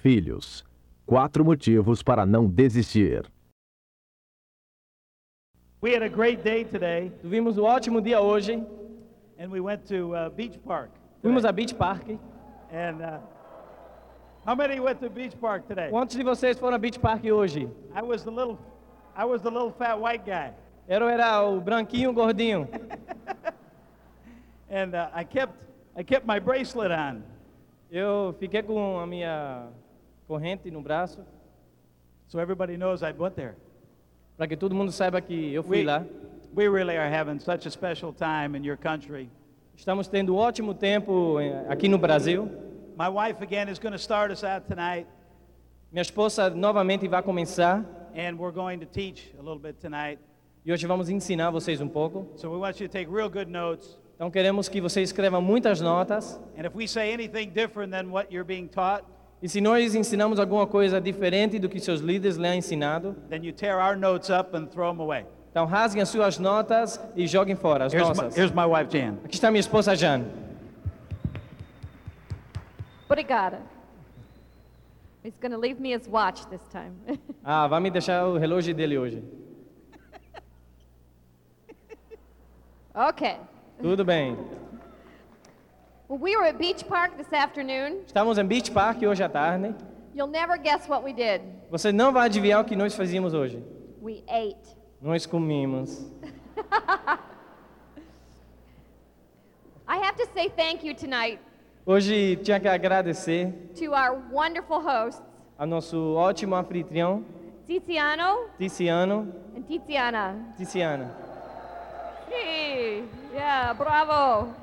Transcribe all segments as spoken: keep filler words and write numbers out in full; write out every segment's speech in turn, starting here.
filhos. Quatro motivos para não desistir. We had a great day today, Tivemos um ótimo dia hoje. and we went to uh, Beach Park. Fomos today. a Beach Park. And uh, how many went to Beach Park today? Quantos de vocês foram a Beach Park hoje? I was the little, I was the little fat white guy, Eu era o branquinho gordinho. and uh, I kept, I kept my bracelet on. Eu fiquei com a minha corrente no braço, So everybody knows I went there. para que todo mundo saiba que eu fui We, lá. we really are having such a special time in your country. Estamos tendo um ótimo tempo eh, aqui no Brasil. My wife again is going to start us out tonight, Minha esposa novamente vai começar and we're going to teach a little bit tonight. e hoje vamos ensinar vocês um pouco. So we want you to take real good notes. Então queremos que vocês escrevam muitas notas. And if we say anything different than what you're being taught, E se nós ensinamos alguma coisa diferente do que seus líderes lhe han ensinado, then you tear our notes up and throw them away. então rasguem as suas notas e joguem fora as Here's my, nossas. here's my wife, Jan. Aqui está minha esposa Jane. Obrigada. He's going to leave me his watch this time. Ah, vai me deixar o relógio dele hoje. Okay. Tudo bem. Well, we were at Beach Park this afternoon. Estamos em Beach Park hoje à tarde. You'll never guess what we did. Você não vai adivinhar o que nós fazíamos hoje. We ate. Nós comimos. I have to say thank you tonight Hoje tinha que agradecer to our wonderful hosts, ao nosso ótimo anfitrião, Tiziano Tiziano, and Tiziana. Tiziana. Hey, yeah, bravo.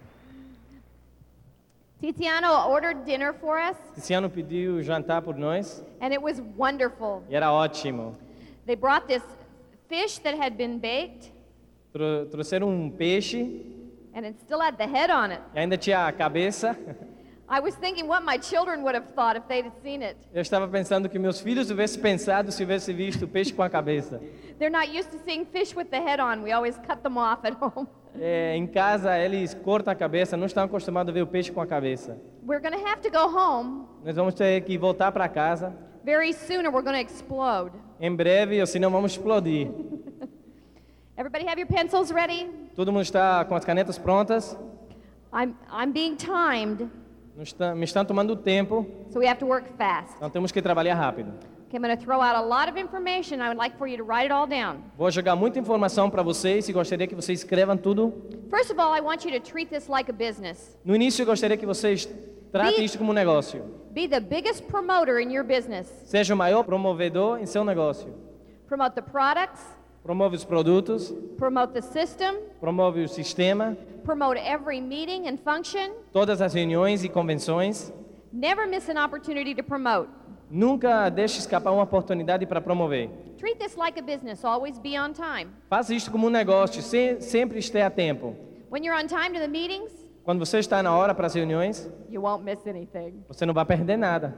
Tiziano ordered dinner for us, Tiziano pediu jantar por nós and it was wonderful. e era ótimo. They brought this fish that had been baked, Tro- trouxeram um peixe and it still had the head on it. e ainda tinha a cabeça. I was thinking what my children would have thought if they'd have seen it. Eu estava pensando que meus filhos tivessem pensado se tivessem visto o peixe com a cabeça. They're not used to seeing fish with the head on. We always cut them off at home. É, em casa eles cortam a cabeça, não estão acostumados a ver o peixe com a cabeça. We're going to have to go home Nós vamos ter que voltar para casa very soon or we're going to explode. em breve, ou senão vamos explodir. Everybody have your pencils ready? Todo mundo está com as canetas prontas. I'm, I'm being timed, Nos está- me estão tomando tempo, so we have to work fast. então temos que trabalhar rápido. Okay, I'm going to throw out a lot of information. I would like for you to write it all down. Vou jogar muita informação para vocês e gostaria que vocês escrevam tudo. First of all, I want you to treat this like a business. No início, eu gostaria que vocês tratem Be- isso como um negócio. Be the biggest promoter in your business. Seja o maior promovedor em seu negócio. Promote the products, Promove os produtos, promote the system, promove o sistema, promote every meeting and function. todas as reuniões e convenções. Never miss an opportunity to promote. Nunca deixe escapar uma oportunidade para promover. Treat this like a business. Always be on time. Faça isto como um negócio, se- sempre esteja a tempo. When you're on time to the meetings, Quando você está na hora para as reuniões, you won't miss anything. você não vai perder nada.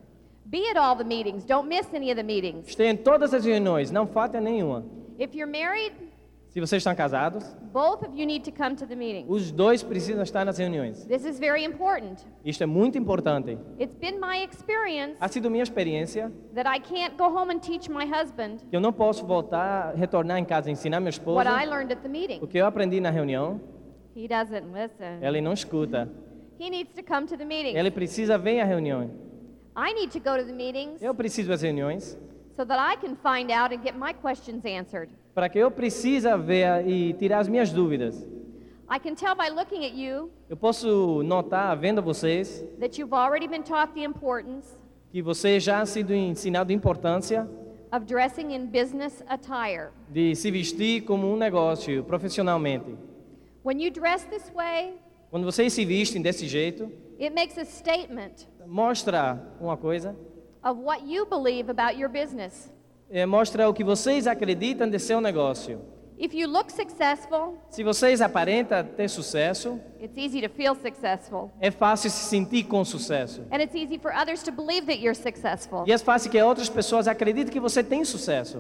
Be at all the meetings. Don't miss any of the meetings. Esteja em todas as reuniões, não falta nenhuma. If you're married, Se vocês estão casados, both of you need to come to the meetings. os dois precisam estar nas reuniões. This is very important. Isto é muito importante. It's been my experience Ha sido minha experiência that I can't go home and teach my husband que eu não posso voltar, retornar em casa e ensinar meu esposo what I learned at the o meeting. que eu aprendi na reunião. He doesn't listen. Ele não escuta. He needs to come to the meetings. Ele precisa vir à reunião. I need to go to the meetings Eu preciso das reuniões so that I can find out and get my questions answered. para que eu precisa ver e tirar as minhas dúvidas. I can tell by looking at you Eu posso notar, vendo vocês, that you've already been taught the importance que você já ha sido ensinado a importância of dressing in business attire. de se vestir como um negócio profissionalmente. When you dress this way, Quando vocês se vestem desse jeito, it makes a statement mostra uma coisa, of what you believe about your business. é, mostra o que vocês acreditam de seu negócio. If you look successful, Se vocês aparentam ter sucesso, it's easy to feel successful. é fácil se sentir com sucesso. And it's easy for others to believe that you're successful. E é fácil que outras pessoas acreditem que você tem sucesso.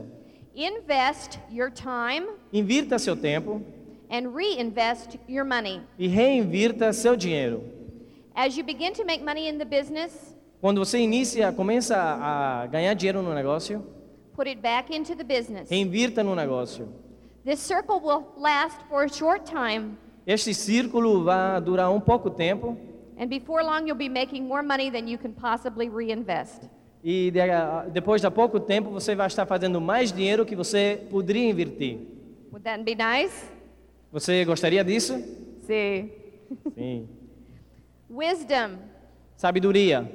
Invest your time Invirta seu tempo and reinvest your money. e reinvirta seu dinheiro. As you begin to make money in the business, Quando você inicia, começa a ganhar dinheiro no negócio, put it back into the business. reinvirta no negócio. This circle will last for a short time, Este círculo vai durar um pouco tempo and before long you'll be making more money than you can possibly reinvest. e de, depois de pouco tempo você vai estar fazendo mais dinheiro que você poderia invertir. Would that be nice? Você gostaria disso? See. Sim. Wisdom. Sabedoria.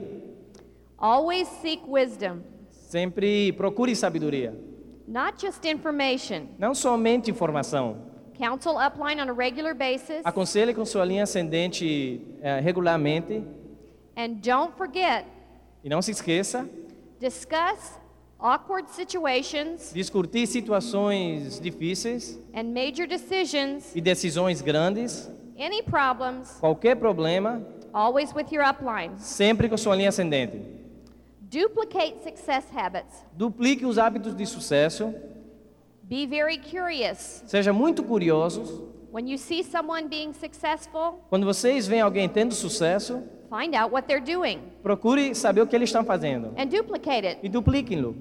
Always seek wisdom, Sempre procure sabedoria. not just information. Não somente informação. Counsel upline on a regular basis, Aconselhe com sua linha ascendente eh, regularmente. and don't forget, E não se esqueça, discuss awkward situations discutir situações difíceis and major decisions, e decisões grandes, any problems, qualquer problema, always with your upline. sempre com sua linha ascendente. Duplicate success habits. Duplique os hábitos de sucesso. Be very curious. Seja muito curiosos. When you see someone being successful, Quando vocês veem alguém tendo sucesso, find out what they're doing procure saber o que eles estão fazendo and duplicate it. e dupliquem-lo.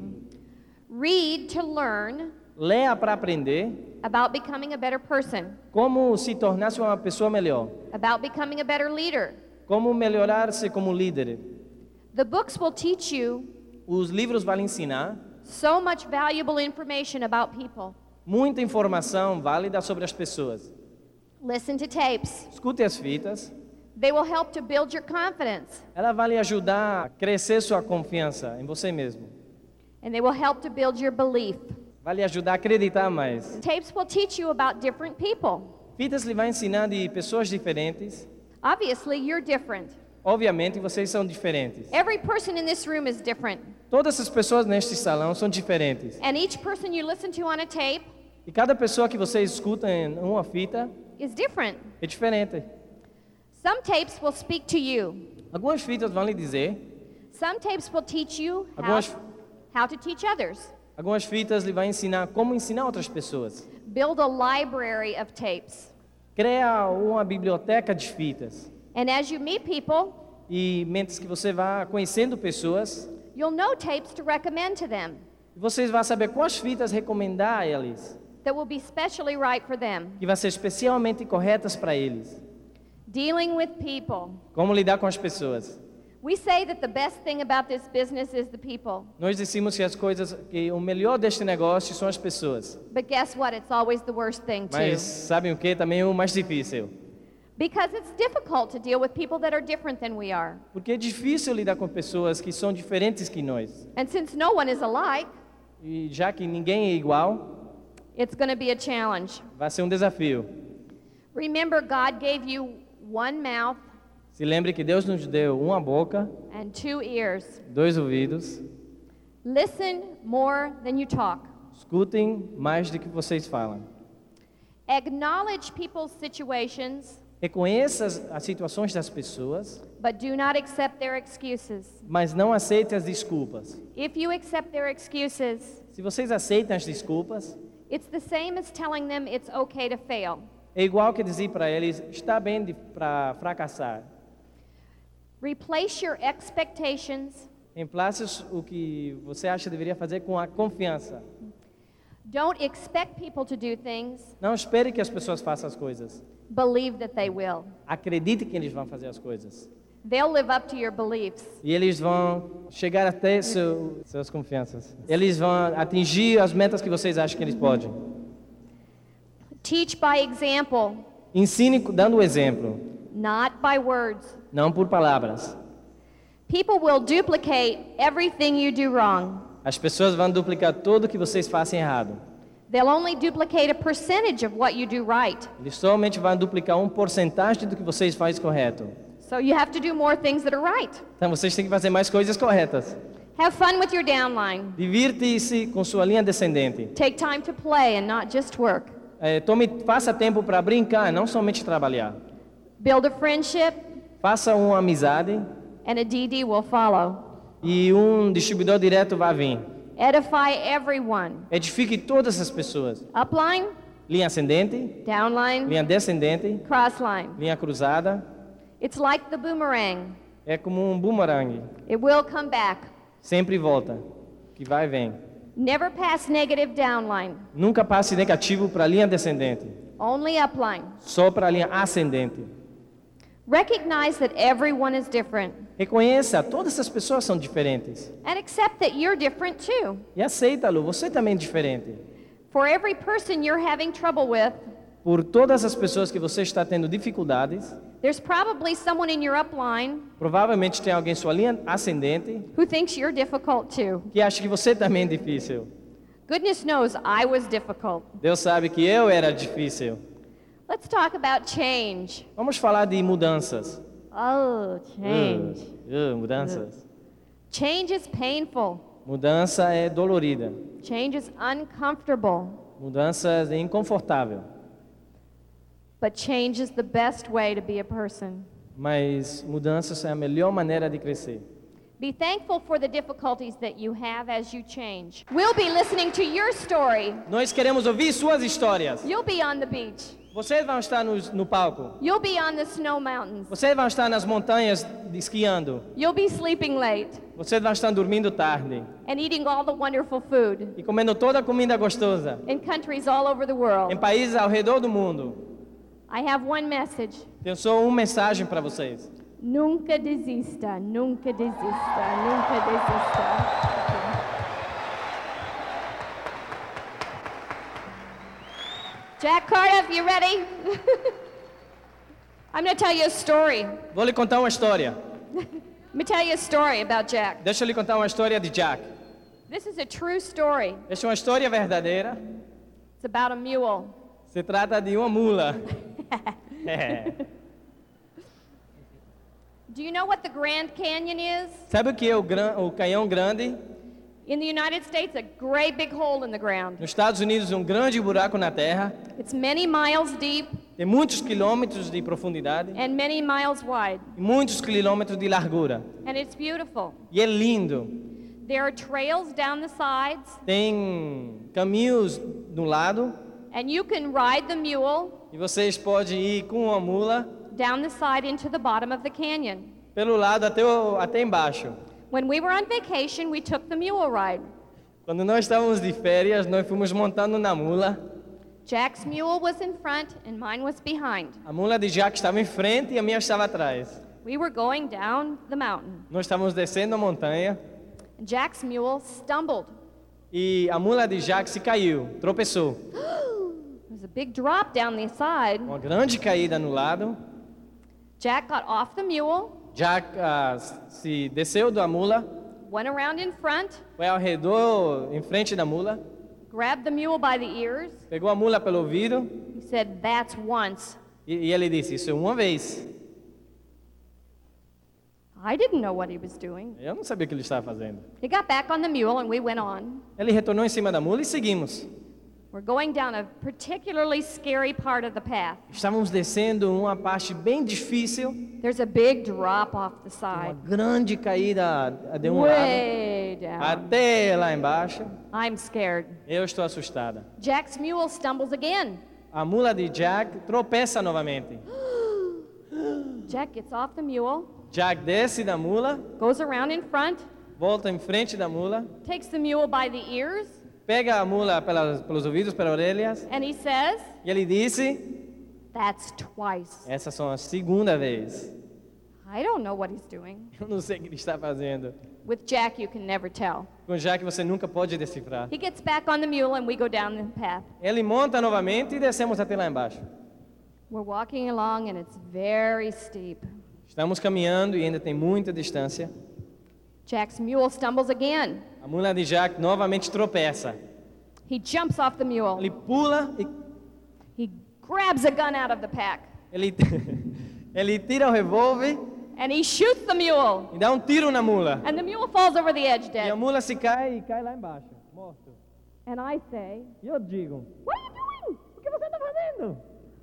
Read to learn Leia para aprender about becoming a better person, como se tornar-se uma pessoa melhor, about becoming a better leader. como melhorar-se como líder. The books will teach you Os livros vão lhe ensinar so much valuable information about people. muita informação válida sobre as pessoas. Listen to tapes. Escute as fitas. They will help to build your confidence, Ela vai lhe ajudar a crescer sua confiança em você mesmo. and they will help to build your belief. Vai lhe ajudar a acreditar mais. Tapes will teach you about different people. Fitas lhe vai ensinar de pessoas diferentes. Obviously, you're different. Obviamente, vocês são diferentes. Every person in this room is different. Todas as pessoas neste salão são diferentes. And each person you listen to on a tape E cada pessoa que vocês escutam em uma fita is different. é diferente. Some tapes will speak to you. Algumas fitas vão lhe dizer, Some tapes will teach you how, Algumas- how to teach others. algumas fitas lhe vão ensinar como ensinar outras pessoas. Build a library of tapes. Cria uma biblioteca de fitas. And as you meet people, E mentes que você vá conhecendo pessoas, you'll know tapes to recommend to them vocês vão saber quais fitas recomendar a eles, that will be specially right for them. que vão ser especialmente corretas para eles. Dealing with people. Como lidar com as pessoas. We say that the best thing about this business is the people. Nós dizemos que as coisas, que o melhor deste negócio são as pessoas. But guess what? It's always the worst thing Mas too. sabem o que? Também é o mais difícil. Because it's difficult to deal with people that are different than we are. Porque é difícil lidar com pessoas que são diferentes que nós. And since no one is alike, E já que ninguém é igual, it's going to be a challenge. vai ser um desafio. Remember, God gave you one mouth Se lembre que Deus nos deu uma boca, and two ears. dois ouvidos. Listen more than you talk. Escutem mais do que vocês falam. Acknowledge people's situations, Reconheça as, as situações das pessoas, but do not accept their excuses. mas não aceite as desculpas. If you accept their excuses, Se vocês aceitam as desculpas, it's the same as telling them it's okay to fail. é igual que dizer para eles, está bem para fracassar. Replace your expectations. Reemplace o que você acha que deveria fazer com a confiança. Don't expect people to do things. Não espere que as pessoas façam as coisas. Believe that they will. Acredite que eles vão fazer as coisas. They'll live up to your beliefs. E eles vão chegar até seu, suas confianças. Eles vão atingir as metas que vocês acham que eles podem. Teach by example, Ensine dando o exemplo, not by words. não por palavras. People will duplicate everything you do wrong. As pessoas vão duplicar tudo que vocês fazem errado. They'll only duplicate a percentage of what you do right. Eles somente vão duplicar um porcentagem do que vocês fazem correto. So you have to do more things that are right. Então vocês têm que fazer mais coisas corretas. Have fun with your downline. Divirte-se com sua linha descendente. Take time to play and not just work. É, tome, faça tempo para brincar, não somente trabalhar. Build a friendship, Faça uma amizade and a D D will follow. e um distribuidor direto vai vir. Edify everyone. Edifique todas as pessoas. Upline, Linha ascendente, downline, linha descendente, crossline. linha cruzada. It's like the boomerang. é como um boomerang. It will come back. Sempre volta. Que vai e vem. Never pass negative downline, Nunca passe negativo para a linha descendente. only upline. Só para a linha ascendente. Recognize that everyone is different Reconheça, todas as pessoas são diferentes. and accept that you're different too. E aceita-lo, você também é diferente. For every person you're having trouble with, Por todas as pessoas que você está tendo dificuldades, there's probably someone in your upline provavelmente tem alguém em sua linha ascendente who thinks you're difficult too. que acha que você também é difícil. Goodness knows I was difficult. Deus sabe que eu era difícil. Let's talk about change. Vamos falar de mudanças. Oh, change. Uh, uh, mudanças. Change is painful. Mudança é dolorida. Change is uncomfortable. Mudança é inconfortável. But change is the best way to be a person. Mas mudanças é a melhor maneira de crescer. Be thankful for the difficulties that you have as you change. We'll be listening to your story. Nós queremos ouvir suas histórias. You'll be on the beach. Vocês vão estar no, no palco. You'll be on the snow mountains. Vocês vão estar nas montanhas de- esquiando. You'll be sleeping late Vocês vão estar dormindo tarde. and eating all the wonderful food E comendo toda a comida gostosa. in countries all over the Em world. países ao redor do mundo. I have one message. Tenho só uma mensagem para vocês. Nunca desista, nunca desista, nunca desista. Jack Cardiff, you ready? I'm going to tell you a story. Vou lhe contar uma história. Let me tell you a story about Jack. Deixa eu lhe contar uma história de Jack. This is a true story. Esta é uma história verdadeira. It's about a mule. Se trata de uma mula. É. Do you know what the Grand Canyon is? Sabe o que é o, gran... o canhão grande? In the United States, a great big hole in the ground. Nos Estados Unidos, um grande buraco na terra. It's many miles deep Tem muitos quilômetros de profundidade and many miles wide. e muitos quilômetros de largura. And it's beautiful. E é lindo. There are trails down the sides, Tem caminhos do lado and you can ride the mule e vocês podem ir com uma mula down the side into the bottom of the canyon. pelo lado até, o... até embaixo. When we were on vacation, we took the mule ride. Quando nós estávamos de férias, nós fomos montando na mula. Jack's mule was in front and mine was behind. A mula de Jack estava em frente e a minha estava atrás. We were going down the mountain. Nós estávamos descendo a montanha And Jack's mule stumbled. e a mula de Jack se caiu, tropeçou. There was a big drop down the side. Uma grande caída no lado. Jack got off the mule, Jack ah, se desceu da mula, went around in front, foi ao redor, em frente da mula, grabbed the mule by the ears. pegou a mula pelo ouvido He said, "That's once." e, e ele disse, isso é uma vez. I didn't know what he was doing. Eu não sabia o que ele estava fazendo. He got back on the mule and we went on. Ele retornou em cima da mula e seguimos. We're going down a particularly scary part of the path. Estávamos descendo uma parte bem difícil, There's a big drop off the uma side. grande caída de um lado Way down. até lá embaixo. I'm scared. Eu estou assustada. Jack's mule stumbles again. A mula de Jack tropeça novamente. Jack gets off the mule, Jack desce da mula, goes around in front, volta em frente da mula, takes the mule by the ears, pega a mula pelas, pelos ouvidos, pelas orelhas, and he says, e ele disse, "That's twice." essa só a segunda vez. I don't know what he's doing. Eu não sei o que ele está fazendo. With Jack, you can never tell. Com Jack você nunca pode decifrar. He gets back on the mule and we go down the path. Ele monta novamente e descemos até lá embaixo. We're walking along and it's very steep. Estamos caminhando e ainda tem muita distância. Jack's mule stumbles again. A mula de Jack novamente tropeça. He jumps off the mule. Ele pula e He grabs a gun out of the pack ele, ele tira o revólver and he shoots the mule. e dá um tiro na mula. And the mule falls over the edge E a dead. mula se cai e cai lá embaixo, morto. And I say, E eu digo, "What are you doing?" o que você está fazendo?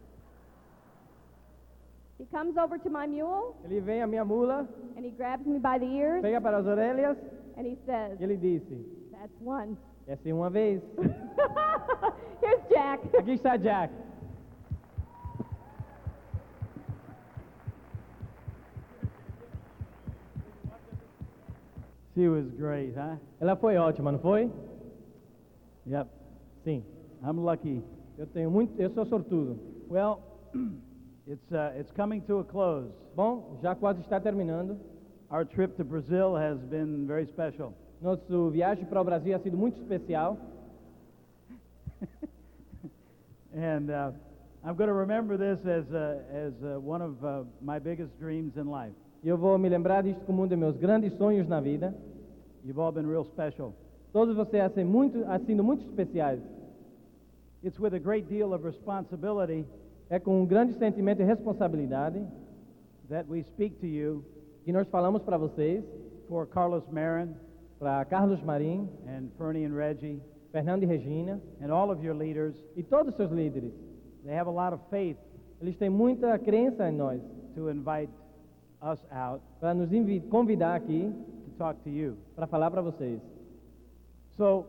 He comes over to my mule Ele vem a minha mula, and he grabs me by the ears pega para as orelhas and he says, e ele disse, "That's one." essa é uma vez. Here's Jack. Aqui está Jack. She was great, huh? Ela foi ótima, não foi? Yep. Sim. I'm lucky. Eu tenho muito, eu sou sortudo. Well, it's uh, it's coming to a close. Bom, já quase está terminando. Our trip to Brazil has been very special. Nosso viagem para o Brasil ha sido muito especial. And uh, I'm going to remember this as uh, as uh, one of uh, my biggest dreams in life. E eu vou me lembrar disto como um dos meus grandes sonhos na vida. You've all been real special. Todos vocês assim muito, assim muito especiais. It's with a great deal of responsibility É com um grande sentimento de responsabilidade that we speak to you que nós falamos para vocês, for Carlos Marin para Carlos Marim, and Fernie and Reggie Fernando e Regina and all of your leaders. e todos os seus líderes. They have a lot of faith Eles têm muita crença em nós to invite us out para nos invi- convidar aqui to talk to you. para falar para vocês. So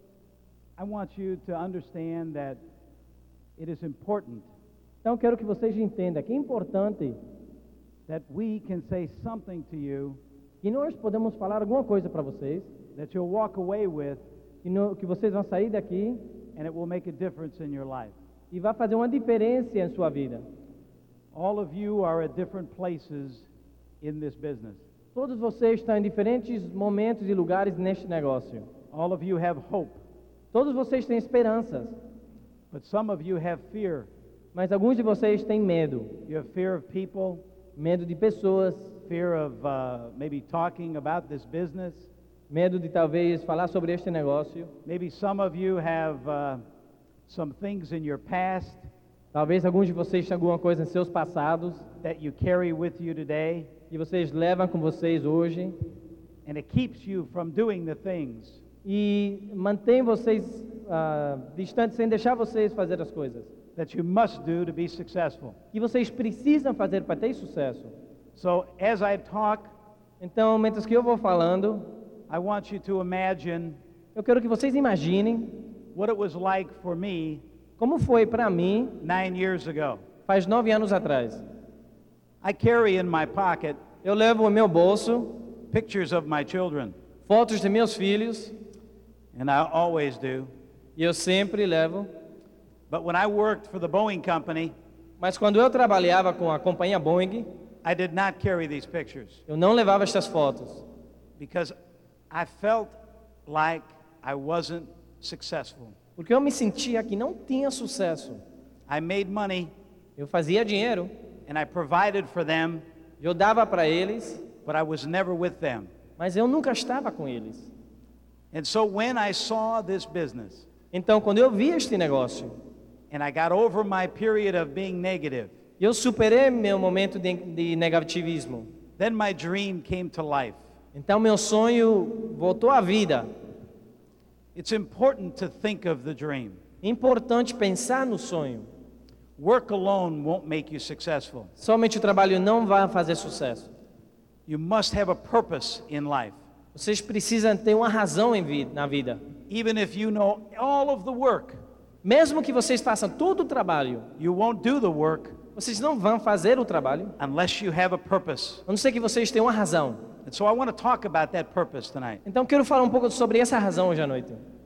I want you to understand that it is important Então eu quero que vocês entendam que é importante that we can say something to you que nós podemos falar alguma coisa para vocês, that you'll walk away with, que, no, que vocês vão sair daqui and it will make a difference in your life. e vai fazer uma diferença em sua vida. All of you are at different places in this business. Todos vocês estão em diferentes momentos e lugares neste negócio. All of you have hope, Todos vocês têm esperanças, but some of you have fear. mas alguns de vocês têm medo. You have fear of people, Medo de pessoas, fear of uh, maybe talking about this business. medo de talvez falar sobre este negócio. Maybe some of you have uh, some things in your past Talvez alguns de vocês tenham alguma coisa em seus passados that you carry with you today, que vocês levam com vocês hoje and it keeps you from doing the things e mantém vocês ah, distantes sem deixar vocês fazer as coisas that you must do to be successful. que vocês precisam fazer para ter sucesso. So as I talk, Então, momentos que eu vou falando, I want you to imagine eu quero que vocês imaginem what it was like for me como foi para mim nine years ago. faz nove anos atrás. I carry in my pocket Eu levo no meu bolso pictures of my children, fotos de meus filhos and I always do. e eu sempre levo. But when I worked for the Boeing company, Mas quando eu trabalhava com a companhia Boeing, I did not carry these pictures eu não levava estas fotos, because I felt like I wasn't successful. porque eu me sentia que não tinha sucesso. I made money Eu fazia dinheiro, and I provided for them, eu dava para eles, but I was never with them. mas eu nunca estava com eles. And so when I saw this business Então, quando eu vi este negócio, and I got over my period of being negative, eu superei meu momento de, de negativismo. then my dream came to life. Então, meu sonho voltou à vida. It's important to think of the dream. É importante pensar no sonho. Work alone won't make you successful. Somente o trabalho não vai fazer sucesso. You must have a purpose in life. Vocês precisam ter uma razão em vida, na vida. Even if you know all of the work, Mesmo que vocês façam todo o trabalho, you won't do the work vocês não vão fazer o trabalho, unless you have a purpose. a não ser que vocês tenham uma razão. And so I want to talk about that purpose tonight. Então, quero falar um pouco sobre essa razão hoje à noite.